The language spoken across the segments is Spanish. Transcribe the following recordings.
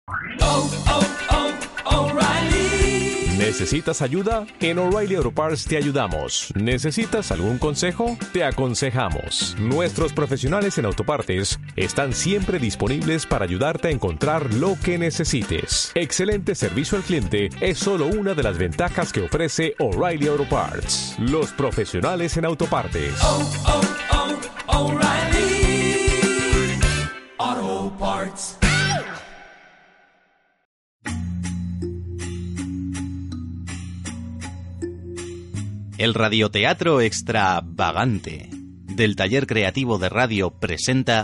O'Reilly. ¿Necesitas ayuda? En O'Reilly Auto Parts te ayudamos. ¿Necesitas algún consejo? Te aconsejamos. Nuestros profesionales en autopartes están siempre disponibles para ayudarte a encontrar lo que necesites. Excelente servicio al cliente es solo una de las ventajas que ofrece O'Reilly Auto Parts. Los profesionales en autopartes. O'Reilly Auto Parts. El radioteatro extravagante del Taller Creativo de Radio presenta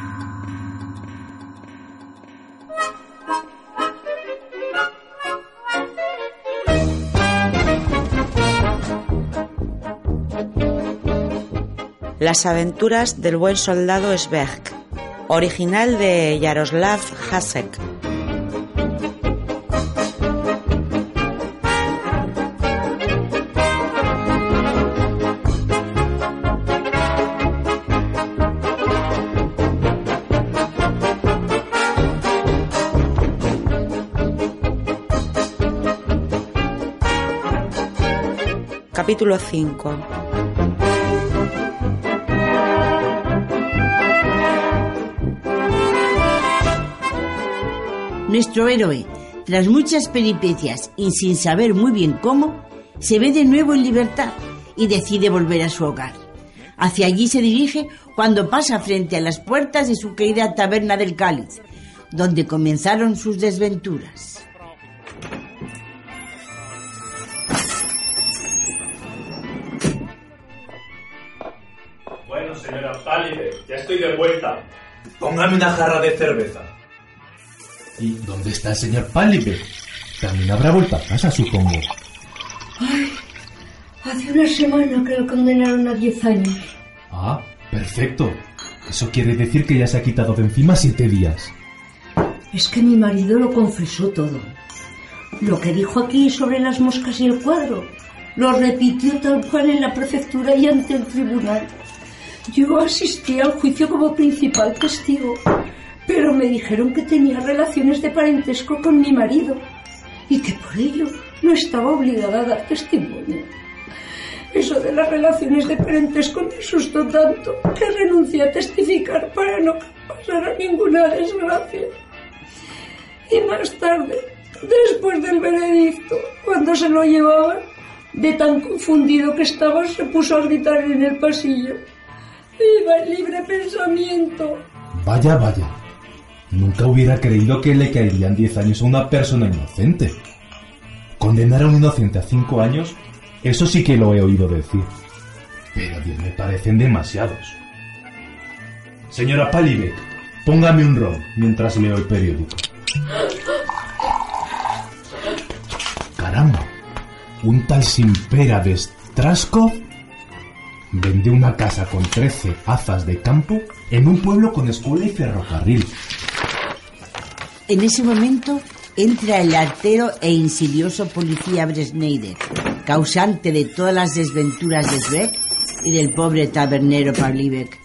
Las aventuras del buen soldado Sveg, original de Jaroslav Hasek. Capítulo 5. Nuestro héroe, tras muchas peripecias y sin saber muy bien cómo, se ve de nuevo en libertad y decide volver a su hogar. Hacia allí se dirige cuando pasa frente a las puertas de su querida taberna del Cáliz, donde comenzaron sus desventuras. Bueno, señora Pálide, ya estoy de vuelta. Póngame una jarra de cerveza. ¿Y dónde está el señor Pálide? También habrá vuelto a casa, supongo. Ay, hace una semana que lo condenaron a 10 años. Ah, perfecto. Eso quiere decir que ya se ha quitado de encima 7 días. Es que mi marido lo confesó todo. Lo que dijo aquí sobre las moscas y el cuadro, lo repitió tal cual en la prefectura y ante el tribunal. Yo asistí al juicio como principal testigo, pero me dijeron que tenía relaciones de parentesco con mi marido y que por ello no estaba obligada a dar testimonio. Eso de las relaciones de parentesco me asustó tanto que renuncié a testificar para no pasar a ninguna desgracia. Y más tarde, después del veredicto, cuando se lo llevaban, de tan confundido que estaba, se puso a gritar en el pasillo: ¡Viva el libre pensamiento! Vaya, vaya. Nunca hubiera creído que le caerían 10 años a una persona inocente. Condenar a un inocente a 5 años, eso sí que lo he oído decir. Pero 10 me parecen demasiados. Señora Pálide, póngame un ron mientras leo el periódico. Caramba, un tal Simpera de Straskov vende una casa con 13 hazas de campo en un pueblo con escuela y ferrocarril. En ese momento entra el artero e insidioso policía Bresneider, causante de todas las desventuras de Sveg y del pobre tabernero Pálivek.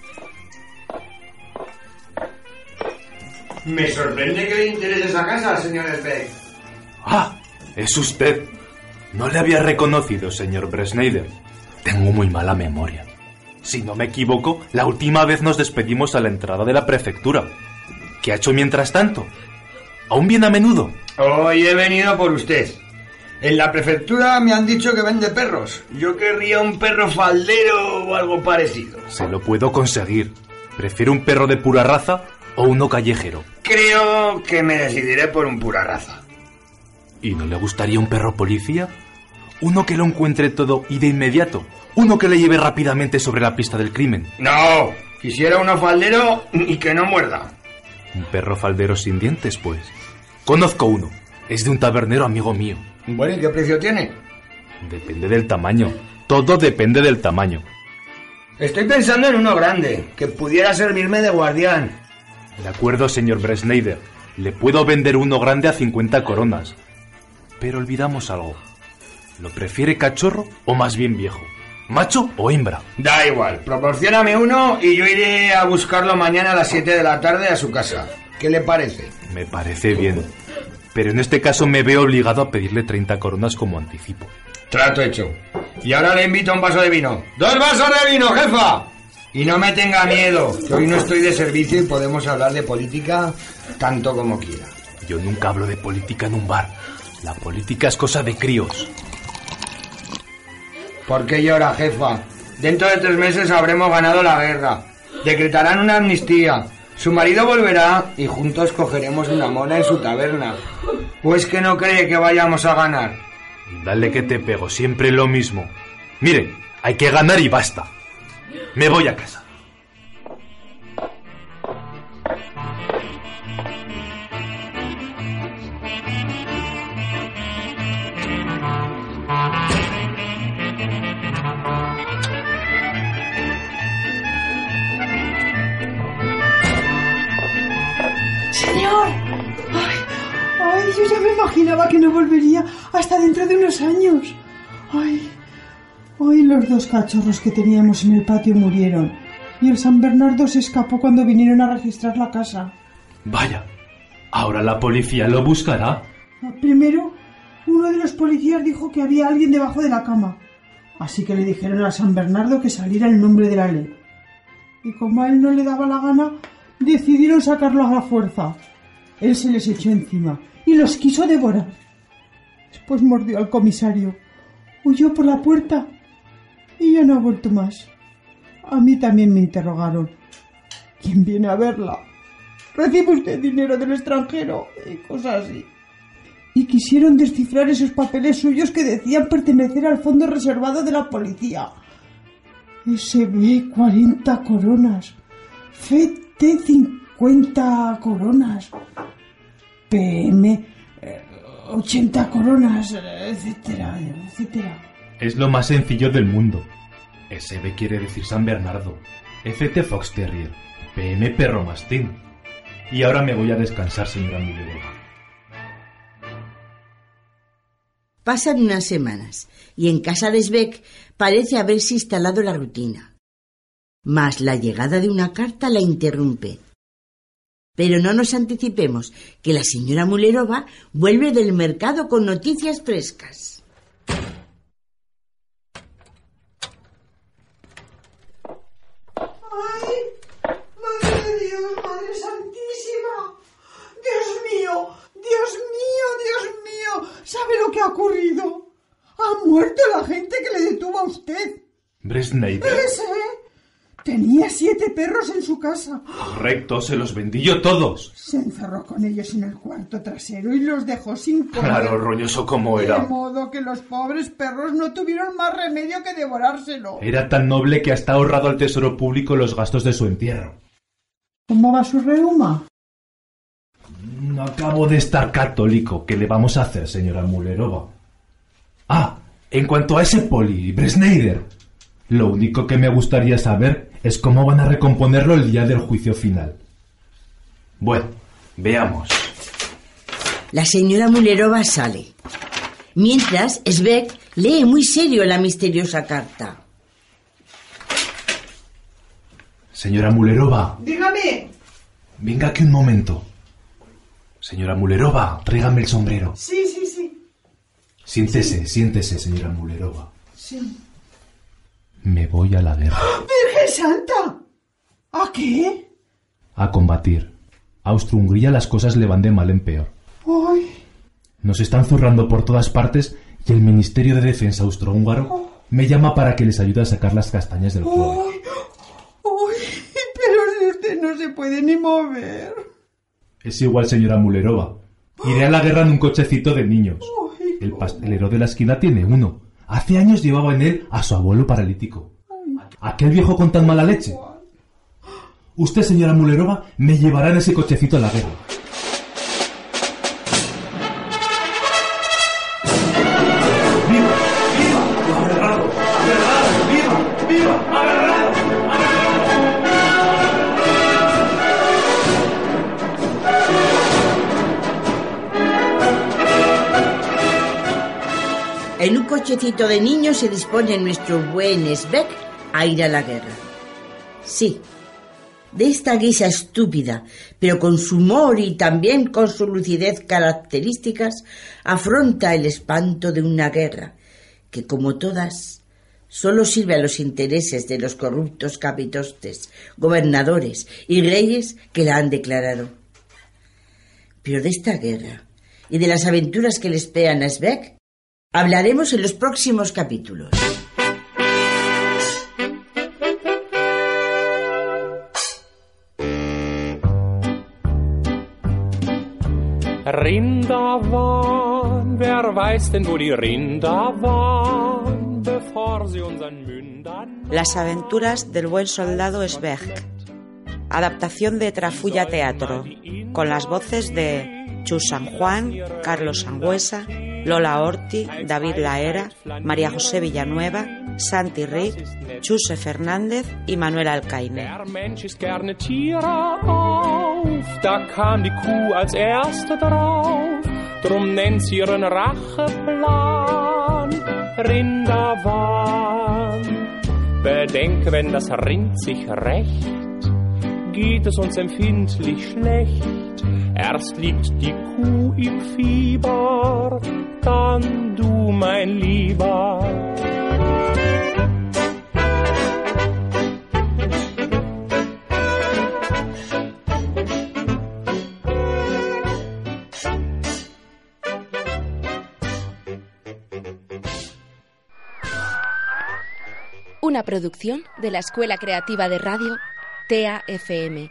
Me sorprende que le interese esa casa, señor Sveg. ¡Ah! Es usted. No le había reconocido, señor Bresneider. Tengo muy mala memoria. Si no me equivoco, la última vez nos despedimos a la entrada de la prefectura. ¿Qué ha hecho mientras tanto? ¿Aún viene a menudo? Hoy he venido por usted. En la prefectura me han dicho que vende perros. Yo querría un perro faldero o algo parecido. Se lo puedo conseguir. ¿Prefiere un perro de pura raza o uno callejero? Creo que me decidiré por un pura raza. ¿Y no le gustaría un perro policía? Uno que lo encuentre todo y de inmediato. Uno que le lleve rápidamente sobre la pista del crimen. No, quisiera uno faldero y que no muerda. Un perro faldero sin dientes, pues. Conozco uno. Es de un tabernero amigo mío. Bueno, ¿y qué precio tiene? Depende del tamaño. Todo depende del tamaño. Estoy pensando en uno grande, que pudiera servirme de guardián. De acuerdo, señor Bresneider. Le puedo vender uno grande a 50 coronas. Pero olvidamos algo. ¿Lo prefiere cachorro o más bien viejo? ¿Macho o hembra? Da igual, proporcióname uno y yo iré a buscarlo mañana a las 7 de la tarde a su casa. ¿Qué le parece? Me parece bien. pero en este caso me veo obligado a pedirle 30 coronas como anticipo. Trato hecho. Y ahora le invito a un vaso de vino. ¡2 vasos de vino, jefa! Y no me tenga miedo, que hoy no estoy de servicio y podemos hablar de política tanto como quiera. Yo nunca hablo de política en un bar. La política es cosa de críos. ¿Por qué llora, jefa? Dentro de 3 meses habremos ganado la guerra. Decretarán una amnistía. Su marido volverá y juntos cogeremos una mona en su taberna. ¿O es que no cree que vayamos a ganar? Dale que te pego, siempre lo mismo. Mire, hay que ganar y basta. Me voy a casa. Señor, ay, yo ya me imaginaba que no volvería hasta dentro de unos años. Hoy los 2 cachorros que teníamos en el patio murieron y el San Bernardo se escapó cuando vinieron a registrar la casa. Vaya, ahora la policía lo buscará. Primero, uno de los policías dijo que había alguien debajo de la cama, así que le dijeron a San Bernardo que saliera en nombre de la ley. Y como a él no le daba la gana, decidieron sacarlo a la fuerza. Él se les echó encima y los quiso devorar. Después mordió al comisario, huyó por la puerta y ya no ha vuelto más. A mí también me interrogaron. ¿Quién viene a verla? ¿Recibe usted dinero del extranjero? Y cosas así. Y quisieron descifrar esos papeles suyos que decían pertenecer al fondo reservado de la policía. SB 40 coronas. FT 50 coronas. PM 80 coronas, etcétera, etcétera. Es lo más sencillo del mundo. SB quiere decir San Bernardo, FT Fox Terrier, PM Perro Mastín. Y ahora me voy a descansar, señora Mulerova. Pasan unas semanas y en casa de Svek parece haberse instalado la rutina. Mas la llegada de una carta la interrumpe. Pero no nos anticipemos, que la señora Mulerova vuelve del mercado con noticias frescas. ¡Ay! ¡Madre de Dios, Madre Santísima! ¡Dios mío! ¡Dios mío! ¡Dios mío! ¿Sabe lo que ha ocurrido? Ha muerto la gente que le detuvo a usted. Bresneider. ¿Ese? Tenía 7 perros en su casa. Correcto, se los vendí yo todos. Se encerró con ellos en el cuarto trasero y los dejó sin comer. Claro, roñoso como era. De modo que los pobres perros no tuvieron más remedio que devorárselo. Era tan noble que hasta ha ahorrado al tesoro público los gastos de su entierro. ¿Cómo va su reuma? No acabo de estar católico. ¿Qué le vamos a hacer, señora Mulerova? Ah, en cuanto a ese poli, Bresneider, lo único que me gustaría saber es cómo van a recomponerlo el día del juicio final. Bueno, veamos. La señora Mulerova sale. Mientras, Svek lee muy serio la misteriosa carta. Señora Mulerova. Dígame. Venga aquí un momento. Señora Mulerova, tráigame el sombrero. Sí. Siéntese, señora Mulerova. Sí. Me voy a la guerra. ¡Virgen Santa! ¿A qué? A combatir. A Austro-Hungría las cosas le van de mal en peor. ¡Ay! Nos están zurrando por todas partes y el Ministerio de Defensa austrohúngaro me llama para que les ayude a sacar las castañas del fuego. ¡Ay! Pero si usted no se puede ni mover. Es igual, señora Mulerova. Iré a la guerra en un cochecito de niños. El pastelero de la esquina tiene uno. Hace años llevaba en él a su abuelo paralítico. Aquel viejo con tan mala leche. Usted, señora Mulerova, me llevará en ese cochecito a la guerra. ¡Viva! ¡Viva! ¡Aberrado! ¡Aberrado! ¡Viva! ¡Viva! ¡Aberrado! En un cochecito de niños se dispone nuestro buen Svek a ir a la guerra. Sí, De esta guisa estúpida, pero con su humor y también con su lucidez características, afronta el espanto de una guerra que, como todas, solo sirve a los intereses de los corruptos capitostes, gobernadores y reyes que la han declarado. Pero de esta guerra y de las aventuras que le esperan a Sveg hablaremos en los próximos capítulos. Rinder waren, wer weiß denn, wo die Rinder waren, bevor sie unseren Mündern... Las aventuras del buen soldado Sveg. Adaptación de Trafulla Teatro, con las voces de Chus San Juan, Carlos Sangüesa, Lola Orti, David Laera, María José Villanueva, Santi Rick, Chuse Fernández y Manuel Alcaine. Der Mensch isst gerne Tiere auf, da kam die Kuh als erste drauf, drum nennt sie ihren Racheplan Rinderwahn. Bedenke, wenn das Rind sich rächt, geht es uns empfindlich schlecht. Erst liegt die Kuh im Fieber, dann du, mein Lieber. Una producción de la Escuela Creativa de Radio TEA-FM.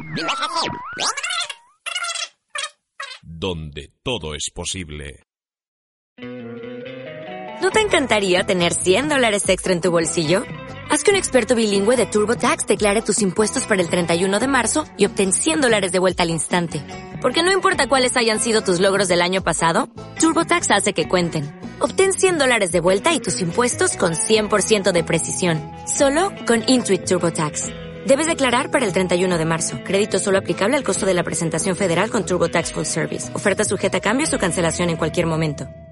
Donde todo es posible. ¿No te encantaría tener $100 extra en tu bolsillo? Haz que un experto bilingüe de TurboTax declare tus impuestos para el 31 de marzo y obtén $100 de vuelta al instante. Porque no importa cuáles hayan sido tus logros del año pasado, TurboTax hace que cuenten. Obtén $100 de vuelta y tus impuestos con 100% de precisión. Solo con Intuit TurboTax. Debes declarar para el 31 de marzo. Crédito solo aplicable al costo de la presentación federal con TurboTax Full Service. Oferta sujeta a cambios o cancelación en cualquier momento.